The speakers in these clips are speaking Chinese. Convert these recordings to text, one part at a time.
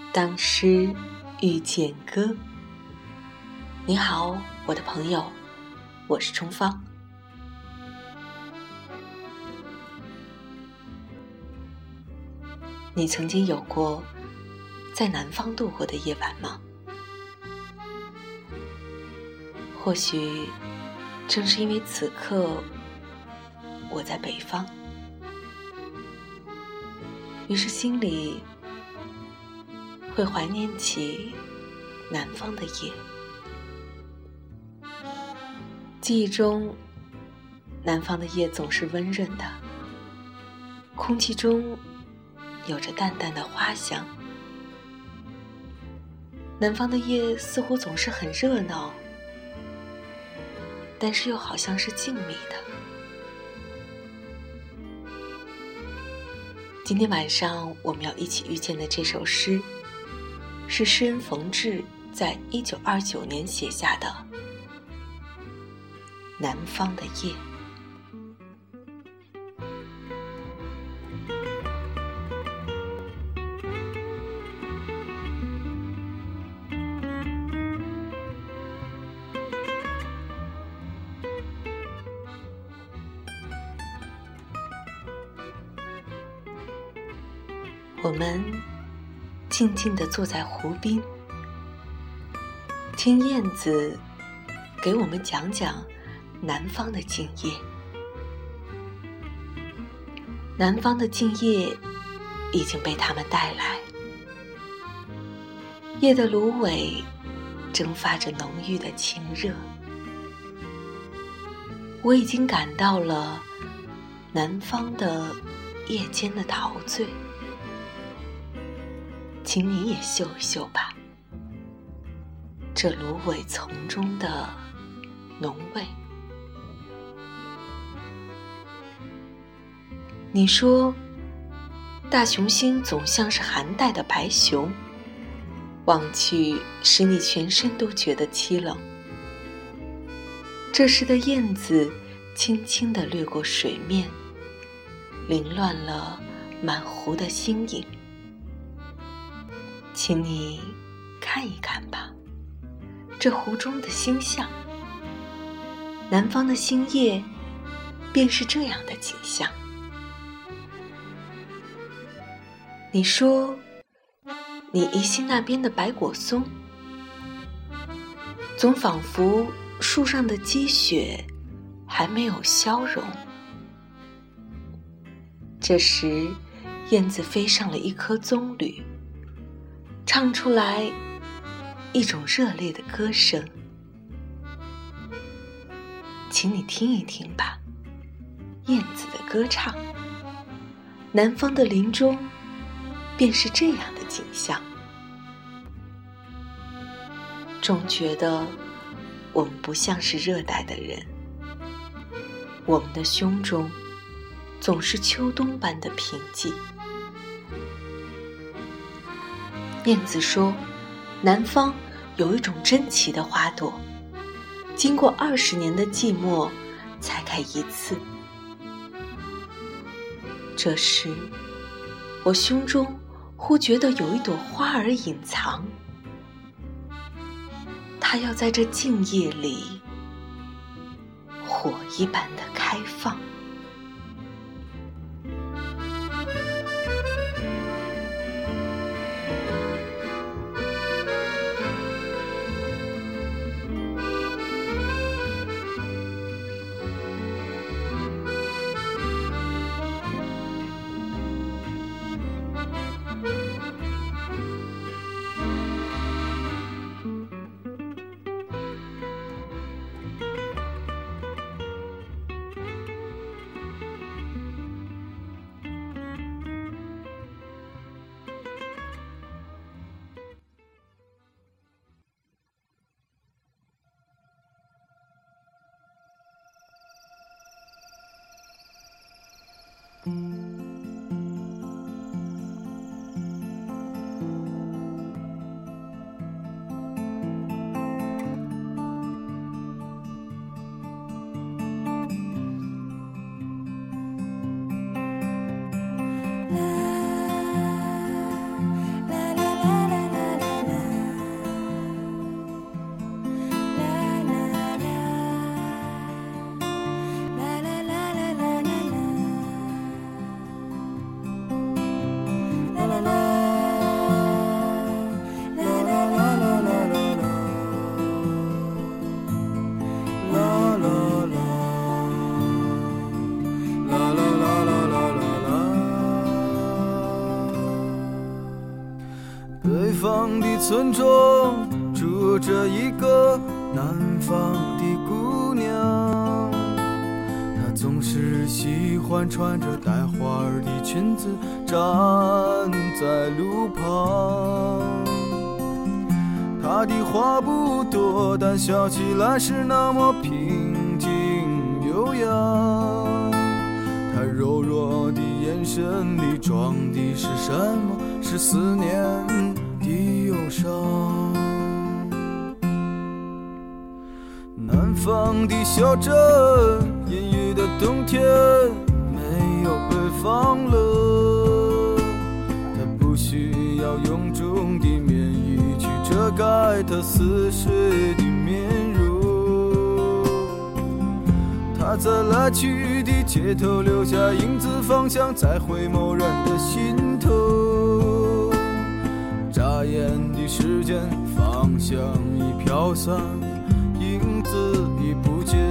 当诗遇见歌。你好，我的朋友，我是冲芳。你曾经有过在南方度过的夜晚吗？或许正是因为此刻我在北方，于是心里会怀念起南方的夜。记忆中，南方的夜总是温润的，空气中有着淡淡的花香。南方的夜似乎总是很热闹，但是又好像是静谧的。今天晚上我们要一起遇见的这首诗，是诗人冯至在1929年写下的《南方的夜》。我们静静地坐在湖边，听燕子给我们讲讲南方的静夜。南方的静夜已经被它们带来，夜的芦苇蒸发着浓郁的情热。我已经感到了南方的夜间的陶醉，请你也嗅一嗅吧，这芦苇丛中的浓味。你说，大雄星总像是寒带的白熊，望去使你全身都觉得凄冷。这时的燕子轻轻地掠过水面，凌乱了满湖的星影。请你看一看吧，这湖中的星象。南方的星夜便是这样的景象。你说，你疑心那边的白果松，总仿佛树上的积雪还没有消融。这时，燕子飞上了一棵棕榈，唱出来一种热烈的歌声，请你听一听吧，燕子的歌唱。南方的林中便是这样的景象。总觉得我们不像是热带的人，我们的胸中总是秋冬般的平静。燕子说，南方有一种珍奇的花朵，经过20年的寂寞才开一次。这时，我胸中忽觉得有一朵花儿隐藏，它要在这静夜里火一般的开放。 方的村庄住着一个南方的姑娘，她总是喜欢穿着带花儿的裙子站在路旁。她的话不多，但笑起来是那么平静悠扬。她柔弱的眼神里装的是什么？是思念的忧伤。南方的小镇，阴郁的冬天，没有北方冷。它不需要臃肿的棉衣去遮盖它似水的面容。它在来去的街头留下影子，方向在回眸人的心头。眨眼的时间，方向已飘散，影子已不见。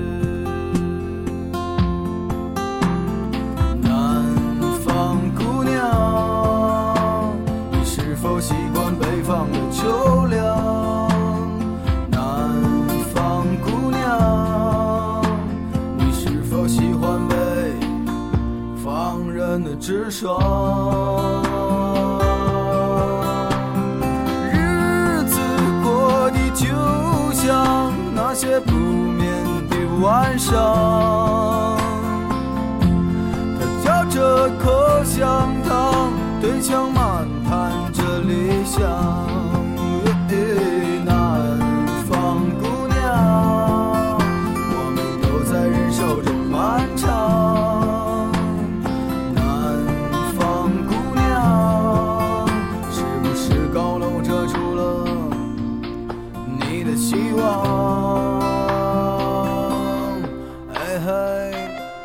南方姑娘，你是否习惯北方的秋凉？南方姑娘，你是否喜欢北方人的直爽？就像那些不眠的晚上，他嚼着口香糖，对墙漫谈着理想。南方姑娘，我们都在忍受着漫长。南方姑娘，是不是高楼遮住了你的希望？哎嘿，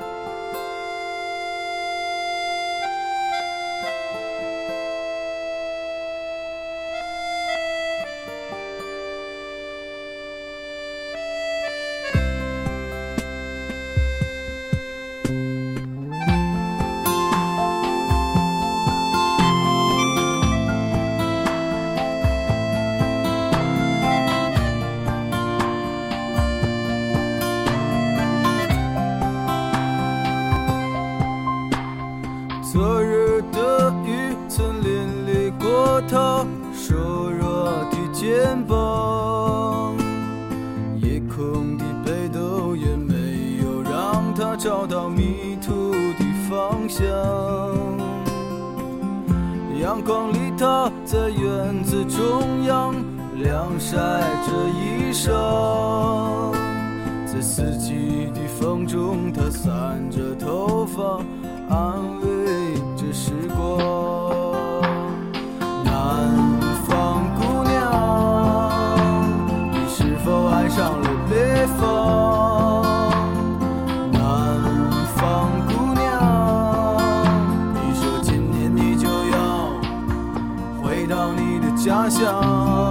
昨日的雨曾淋漓过他瘦弱的肩膀，夜空的北斗也没有让他找到迷途的方向。阳光里他在院子中央晾晒着衣裳，在四季的风中他散着头发安慰着时光。南方姑娘，你是否爱上了北方？南方姑娘，你说今年你就要回到你的家乡。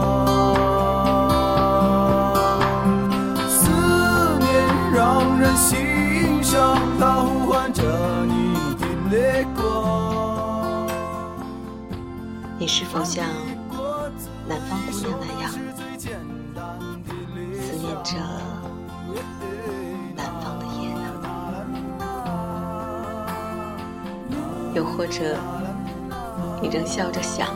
思念让人心伤，它呼唤着你的泪光。 你是否像南方姑娘那样思念着南方的夜呢？又或者你正笑着想，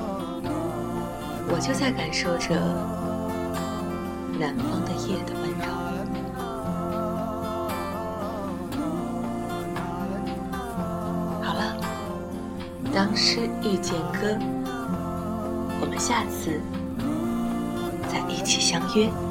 我就在感受着南方的夜的温柔。好了，当诗遇见歌，我们下次再一起相约。